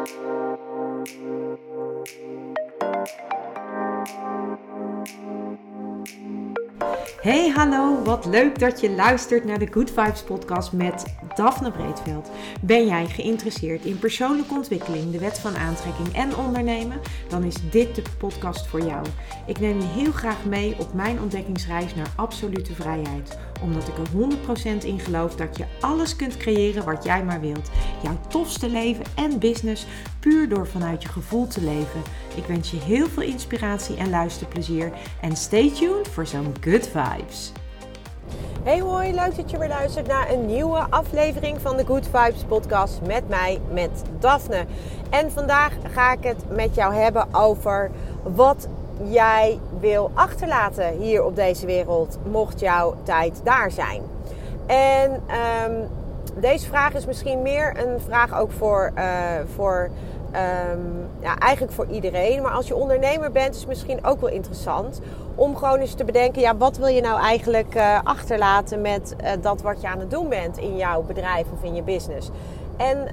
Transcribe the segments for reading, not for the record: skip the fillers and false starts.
Hey, hallo, wat leuk dat je luistert naar de Good Vibes podcast met Daphne Breedveld. Ben jij geïnteresseerd in persoonlijke ontwikkeling, de wet van aantrekking en ondernemen? Dan is dit de podcast voor jou. Ik neem je heel graag mee op mijn ontdekkingsreis naar absolute vrijheid. Omdat ik er 100% in geloof dat je alles kunt creëren wat jij maar wilt. Jouw tofste leven en business puur door vanuit je gevoel te leven. Ik wens je heel veel inspiratie en luisterplezier. En stay tuned voor zo'n good vibes. Hey hoi, leuk dat je weer luistert naar een nieuwe aflevering van de Good Vibes podcast met mij, met Daphne. En vandaag ga ik het met jou hebben over wat jij wil achterlaten hier op deze wereld, mocht jouw tijd daar zijn. En deze vraag is misschien meer een vraag ook eigenlijk voor iedereen. Maar als je ondernemer bent, is het misschien ook wel interessant om gewoon eens te bedenken, ja, wat wil je nou eigenlijk achterlaten met dat wat je aan het doen bent in jouw bedrijf of in je business. En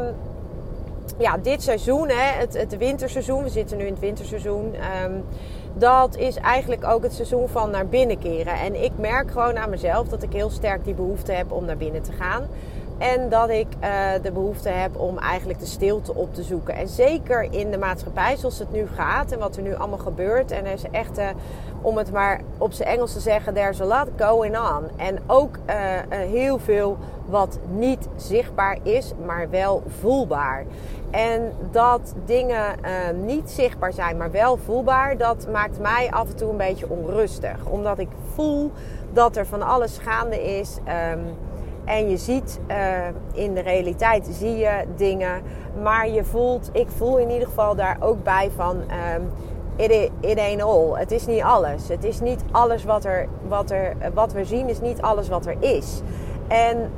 dit seizoen, het winterseizoen, we zitten nu in het winterseizoen, dat is eigenlijk ook het seizoen van naar binnen keren. En ik merk gewoon aan mezelf dat ik heel sterk die behoefte heb om naar binnen te gaan. En dat ik de behoefte heb om eigenlijk de stilte op te zoeken. En zeker in de maatschappij zoals het nu gaat en wat er nu allemaal gebeurt. En er is echt, om het maar op zijn Engels te zeggen, there's a lot going on. En ook heel veel wat niet zichtbaar is, maar wel voelbaar. En dat dingen niet zichtbaar zijn, maar wel voelbaar, dat maakt mij af en toe een beetje onrustig. Omdat ik voel dat er van alles gaande is. En je ziet, in de realiteit zie je dingen, maar ik voel in ieder geval daar ook bij van, it ain't all. Het is niet alles. Het is niet alles wat we zien, is niet alles wat er is. En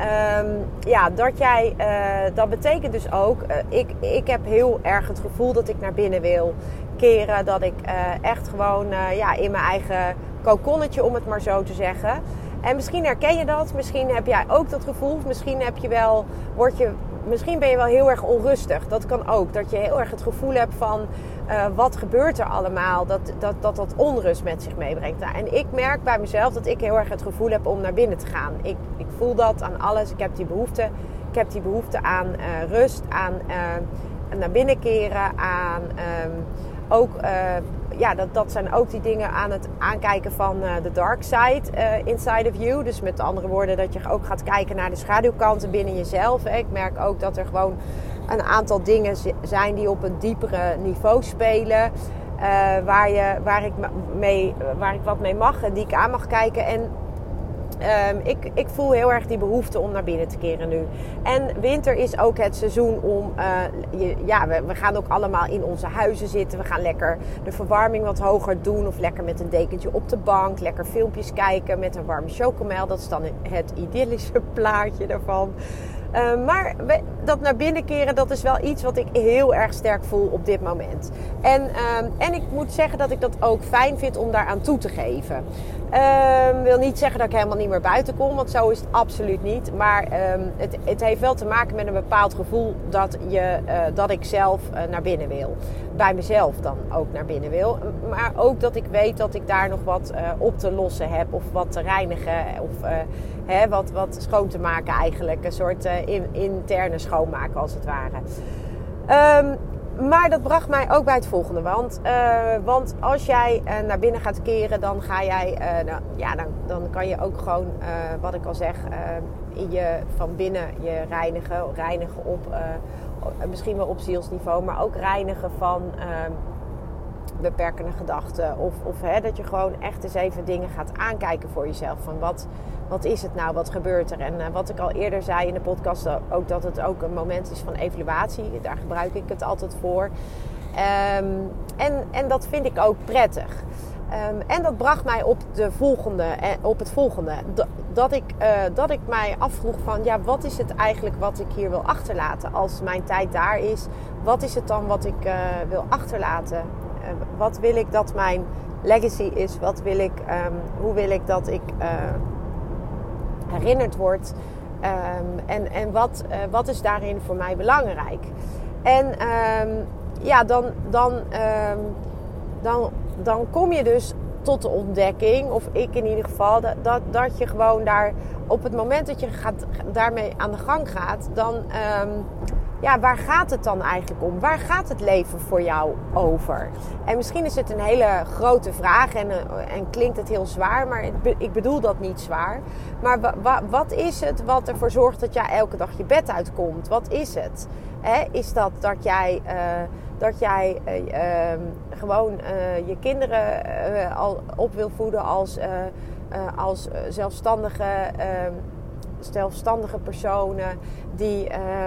dat betekent dus ook, ik heb heel erg het gevoel dat ik naar binnen wil keren. Dat ik echt gewoon in mijn eigen kokonnetje, om het maar zo te zeggen. En misschien herken je dat, misschien heb jij ook dat gevoel. Misschien ben je wel heel erg onrustig. Dat kan ook, dat je heel erg het gevoel hebt van wat gebeurt er allemaal. Dat onrust met zich meebrengt. Nou, en ik merk bij mezelf dat ik heel erg het gevoel heb om naar binnen te gaan. Ik voel dat aan alles. Ik heb die behoefte. Ik heb die behoefte aan rust, aan naar binnen keren, aan dat zijn ook die dingen aan het aankijken van de dark side inside of you. Dus met andere woorden dat je ook gaat kijken naar de schaduwkanten binnen jezelf. Ik merk ook dat er gewoon een aantal dingen zijn die op een diepere niveau spelen. Waar ik wat mee mag en die ik aan mag kijken. En ik voel heel erg die behoefte om naar binnen te keren nu. En winter is ook het seizoen om... we gaan ook allemaal in onze huizen zitten. We gaan lekker de verwarming wat hoger doen. Of lekker met een dekentje op de bank. Lekker filmpjes kijken met een warme chocomel. Dat is dan het idyllische plaatje daarvan. Maar dat naar binnen keren, dat is wel iets wat ik heel erg sterk voel op dit moment. En ik moet zeggen dat ik dat ook fijn vind om daaraan toe te geven. Wil niet zeggen dat ik helemaal niet meer buiten kom, want zo is het absoluut niet. Maar het heeft wel te maken met een bepaald gevoel dat ik zelf naar binnen wil. Bij mezelf dan ook naar binnen wil. Maar ook dat ik weet dat ik daar nog wat op te lossen heb of wat te reinigen of wat schoon te maken eigenlijk. Een soort interne schoonmaken als het ware. Maar dat bracht mij ook bij het volgende. Want als jij naar binnen gaat keren, dan ga jij... dan kan je ook gewoon, wat ik al zeg, van binnen je reinigen op... misschien wel op zielsniveau, maar ook reinigen van beperkende gedachten. Of dat je gewoon echt eens even dingen gaat aankijken voor jezelf. Van wat is het nou? Wat gebeurt er? En wat ik al eerder zei in de podcast, ook dat het ook een moment is van evaluatie. Daar gebruik ik het altijd voor. En dat vind ik ook prettig. En dat bracht mij op het volgende. Dat ik mij afvroeg van, ja, wat is het eigenlijk wat ik hier wil achterlaten? Als mijn tijd daar is, wat is het dan wat ik wil achterlaten? Wat wil ik dat mijn legacy is? Hoe wil ik dat ik herinnerd word? En wat is daarin voor mij belangrijk? En dan kom je dus tot de ontdekking, of ik in ieder geval, dat je gewoon daar op het moment dat je daarmee aan de gang gaat, dan waar gaat het dan eigenlijk om? Waar gaat het leven voor jou over? En misschien is het een hele grote vraag en klinkt het heel zwaar, maar ik bedoel dat niet zwaar. Maar wat is het wat ervoor zorgt dat jij elke dag je bed uitkomt? Wat is het? Is dat jij gewoon je kinderen al op wil voeden als zelfstandige personen die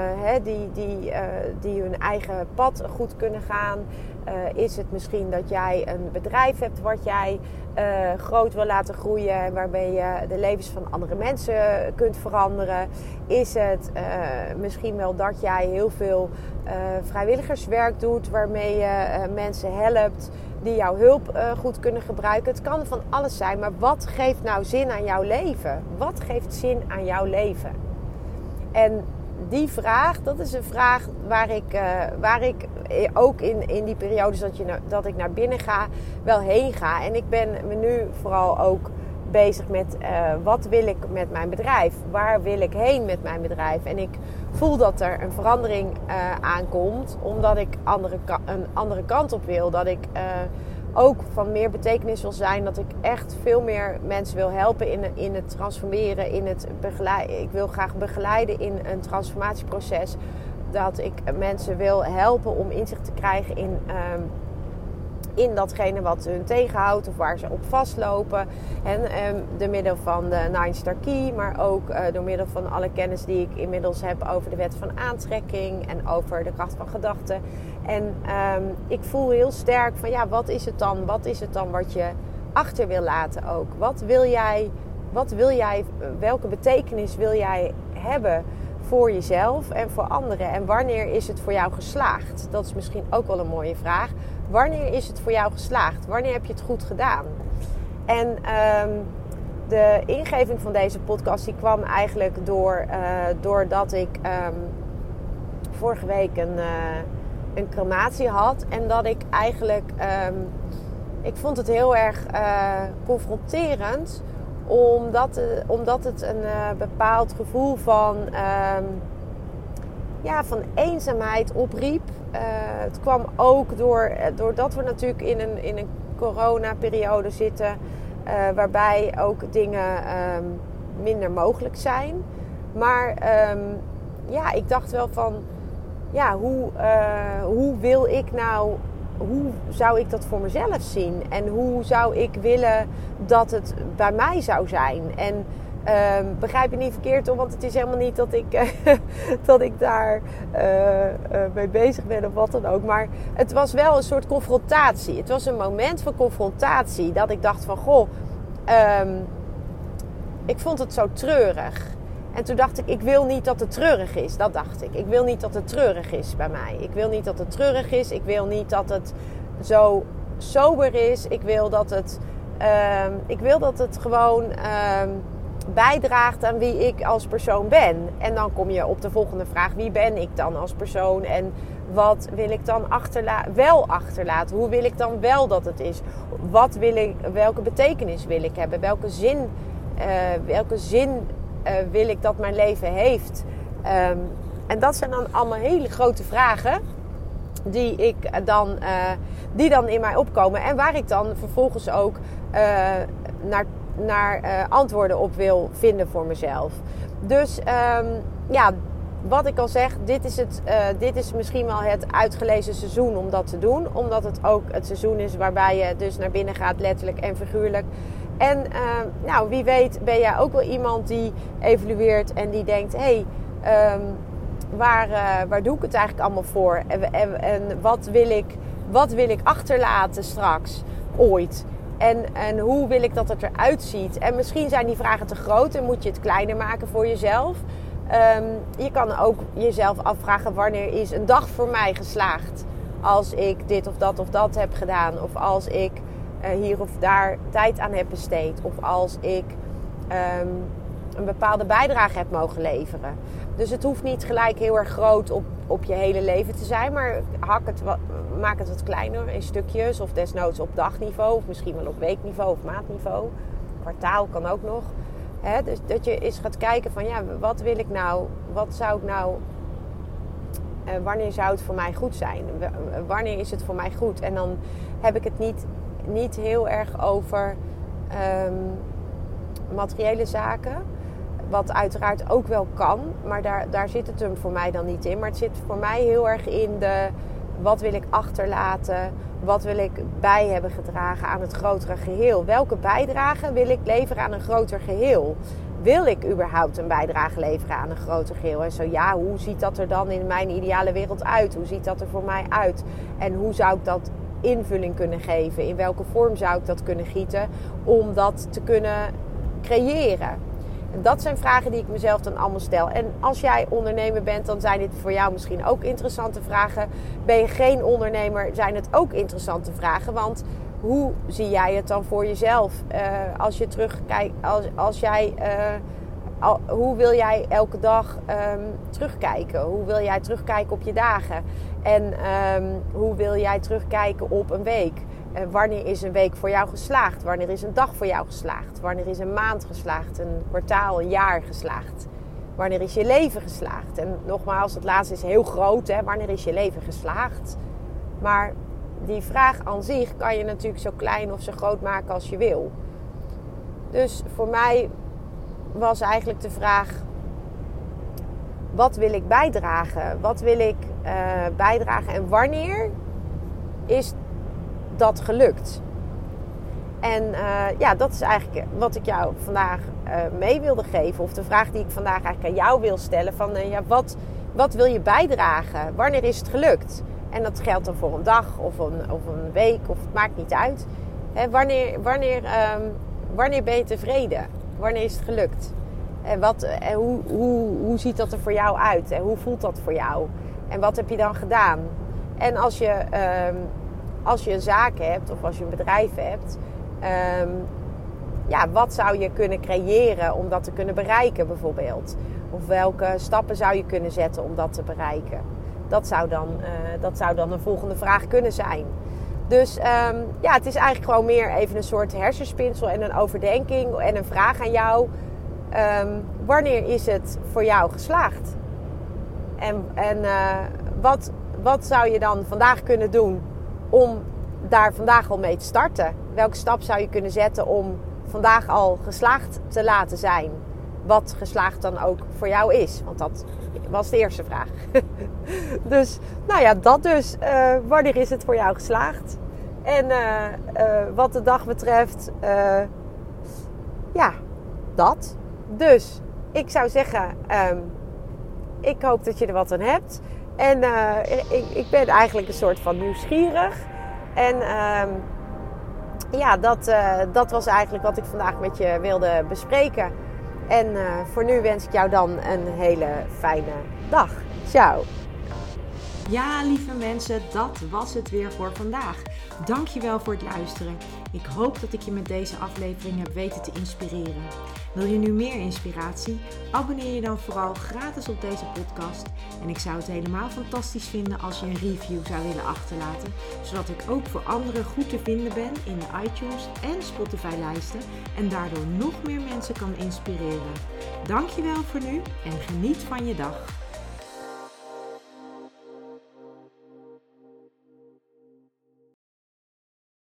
hun eigen pad goed kunnen gaan? Is het misschien dat jij een bedrijf hebt wat jij groot wil laten groeien en waarmee je de levens van andere mensen kunt veranderen? Is het misschien wel dat jij heel veel vrijwilligerswerk doet waarmee je mensen helpt die jouw hulp goed kunnen gebruiken? Het kan van alles zijn, maar wat geeft nou zin aan jouw leven? Wat geeft zin aan jouw leven? En die vraag, dat is een vraag waar ik ook in die periodes dat ik naar binnen ga, wel heen ga. En ik ben me nu vooral ook bezig met wat wil ik met mijn bedrijf? Waar wil ik heen met mijn bedrijf? En ik voel dat er een verandering aankomt, omdat ik een andere kant op wil. Dat ik ook van meer betekenis wil zijn. Dat ik echt veel meer mensen wil helpen in het transformeren, in het begeleiden. Ik wil graag begeleiden in een transformatieproces. Dat ik mensen wil helpen om inzicht te krijgen in datgene wat hun tegenhoudt of waar ze op vastlopen. En door middel van de 9-star key, maar ook door middel van alle kennis die ik inmiddels heb over de wet van aantrekking en over de kracht van gedachten. En ik voel heel sterk van wat is het dan? Wat is het dan wat je achter wil laten ook? Wat wil jij, welke betekenis wil jij hebben voor jezelf en voor anderen? En wanneer is het voor jou geslaagd? Dat is misschien ook wel een mooie vraag. Wanneer is het voor jou geslaagd? Wanneer heb je het goed gedaan? En de ingeving van deze podcast die kwam eigenlijk doordat ik vorige week een crematie had. En dat ik eigenlijk... ik vond het heel erg confronterend. Omdat het een bepaald gevoel van eenzaamheid opriep. Het kwam ook doordat we natuurlijk in een coronaperiode zitten. Waarbij ook dingen minder mogelijk zijn. Maar ik dacht wel van... hoe wil ik nou... Hoe zou ik dat voor mezelf zien? En hoe zou ik willen dat het bij mij zou zijn? En begrijp je niet verkeerd om, want het is helemaal niet dat ik daar mee bezig ben of wat dan ook. Maar het was wel een soort confrontatie. Het was een moment van confrontatie dat ik dacht van ik vond het zo treurig. En toen dacht ik wil niet dat het treurig is. Dat dacht ik. Ik wil niet dat het treurig is bij mij. Ik wil niet dat het treurig is. Ik wil niet dat het zo sober is. Ik wil dat het gewoon bijdraagt aan wie ik als persoon ben. En dan kom je op de volgende vraag. Wie ben ik dan als persoon? En wat wil ik dan wel achterlaten? Hoe wil ik dan wel dat het is? Welke betekenis wil ik hebben? Welke zin wil ik dat mijn leven heeft? En dat zijn dan allemaal hele grote vragen die dan in mij opkomen. En waar ik dan vervolgens ook naar antwoorden op wil vinden voor mezelf. Dus wat ik al zeg, dit is misschien wel het uitgelezen seizoen om dat te doen. Omdat het ook het seizoen is waarbij je dus naar binnen gaat, letterlijk en figuurlijk. En wie weet ben jij ook wel iemand die evalueert en die denkt... waar doe ik het eigenlijk allemaal voor? En wat wil ik achterlaten straks, ooit? En hoe wil ik dat het eruit ziet? En misschien zijn die vragen te groot en moet je het kleiner maken voor jezelf. Je kan ook jezelf afvragen, wanneer is een dag voor mij geslaagd? Als ik dit of dat heb gedaan. Of als ik hier of daar tijd aan heb besteed. Of als ik een bepaalde bijdrage heb mogen leveren. Dus het hoeft niet gelijk heel erg groot op je hele leven te zijn. Maar maak het wat kleiner in stukjes. Of desnoods op dagniveau. Of misschien wel op weekniveau of maandniveau. Kwartaal kan ook nog. Dus dat je eens gaat kijken van wat wil ik nou? Wat zou ik nou... wanneer zou het voor mij goed zijn? Wanneer is het voor mij goed? En dan heb ik het niet heel erg over materiële zaken. Wat uiteraard ook wel kan. Maar daar zit het hem voor mij dan niet in. Maar het zit voor mij heel erg in wat wil ik achterlaten? Wat wil ik bij hebben gedragen aan het grotere geheel? Welke bijdrage wil ik leveren aan een groter geheel? Wil ik überhaupt een bijdrage leveren aan een groter geheel? En zo ja, hoe ziet dat er dan in mijn ideale wereld uit? Hoe ziet dat er voor mij uit? En hoe zou ik dat invulling kunnen geven? In welke vorm zou ik dat kunnen gieten om dat te kunnen creëren? En dat zijn vragen die ik mezelf dan allemaal stel. En als jij ondernemer bent, dan zijn dit voor jou misschien ook interessante vragen. Ben je geen ondernemer, zijn het ook interessante vragen. Want hoe zie jij het dan voor jezelf? Als je terugkijkt, hoe wil jij elke dag terugkijken? Hoe wil jij terugkijken op je dagen? En hoe wil jij terugkijken op een week? Wanneer is een week voor jou geslaagd? Wanneer is een dag voor jou geslaagd? Wanneer is een maand geslaagd? Een kwartaal, een jaar geslaagd? Wanneer is je leven geslaagd? En nogmaals, het laatste is heel groot. Hè? Wanneer is je leven geslaagd? Maar die vraag aan zich kan je natuurlijk zo klein of zo groot maken als je wil. Dus voor mij was eigenlijk de vraag: wat wil ik bijdragen? Wat wil ik bijdragen en wanneer is dat gelukt? En dat is eigenlijk wat ik jou vandaag mee wilde geven. Of de vraag die ik vandaag eigenlijk aan jou wil stellen. Van wat wil je bijdragen? Wanneer is het gelukt? En dat geldt dan voor een dag of een week. Of het maakt niet uit. Wanneer ben je tevreden? Wanneer is het gelukt? En hoe ziet dat er voor jou uit? En hoe voelt dat voor jou? En wat heb je dan gedaan? En als je een zaak hebt of als je een bedrijf hebt, wat zou je kunnen creëren om dat te kunnen bereiken bijvoorbeeld? Of welke stappen zou je kunnen zetten om dat te bereiken? Dat zou dan een volgende vraag kunnen zijn. Dus het is eigenlijk gewoon meer even een soort hersenspinsel en een overdenking en een vraag aan jou. Wanneer is het voor jou geslaagd? En wat zou je dan vandaag kunnen doen om daar vandaag al mee te starten? Welke stap zou je kunnen zetten om vandaag al geslaagd te laten zijn? Wat geslaagd dan ook voor jou is. Want dat was de eerste vraag. Dus, dat dus. Wanneer is het voor jou geslaagd? En wat de dag betreft, dat. Dus, ik zou zeggen, ik hoop dat je er wat aan hebt. En ik ben eigenlijk een soort van nieuwsgierig. En dat was eigenlijk wat ik vandaag met je wilde bespreken. En voor nu wens ik jou dan een hele fijne dag. Ciao. Ja, lieve mensen, dat was het weer voor vandaag. Dankjewel voor het luisteren. Ik hoop dat ik je met deze aflevering heb weten te inspireren. Wil je nu meer inspiratie? Abonneer je dan vooral gratis op deze podcast. En ik zou het helemaal fantastisch vinden als je een review zou willen achterlaten. Zodat ik ook voor anderen goed te vinden ben in de iTunes en Spotify lijsten. En daardoor nog meer mensen kan inspireren. Dankjewel voor nu en geniet van je dag.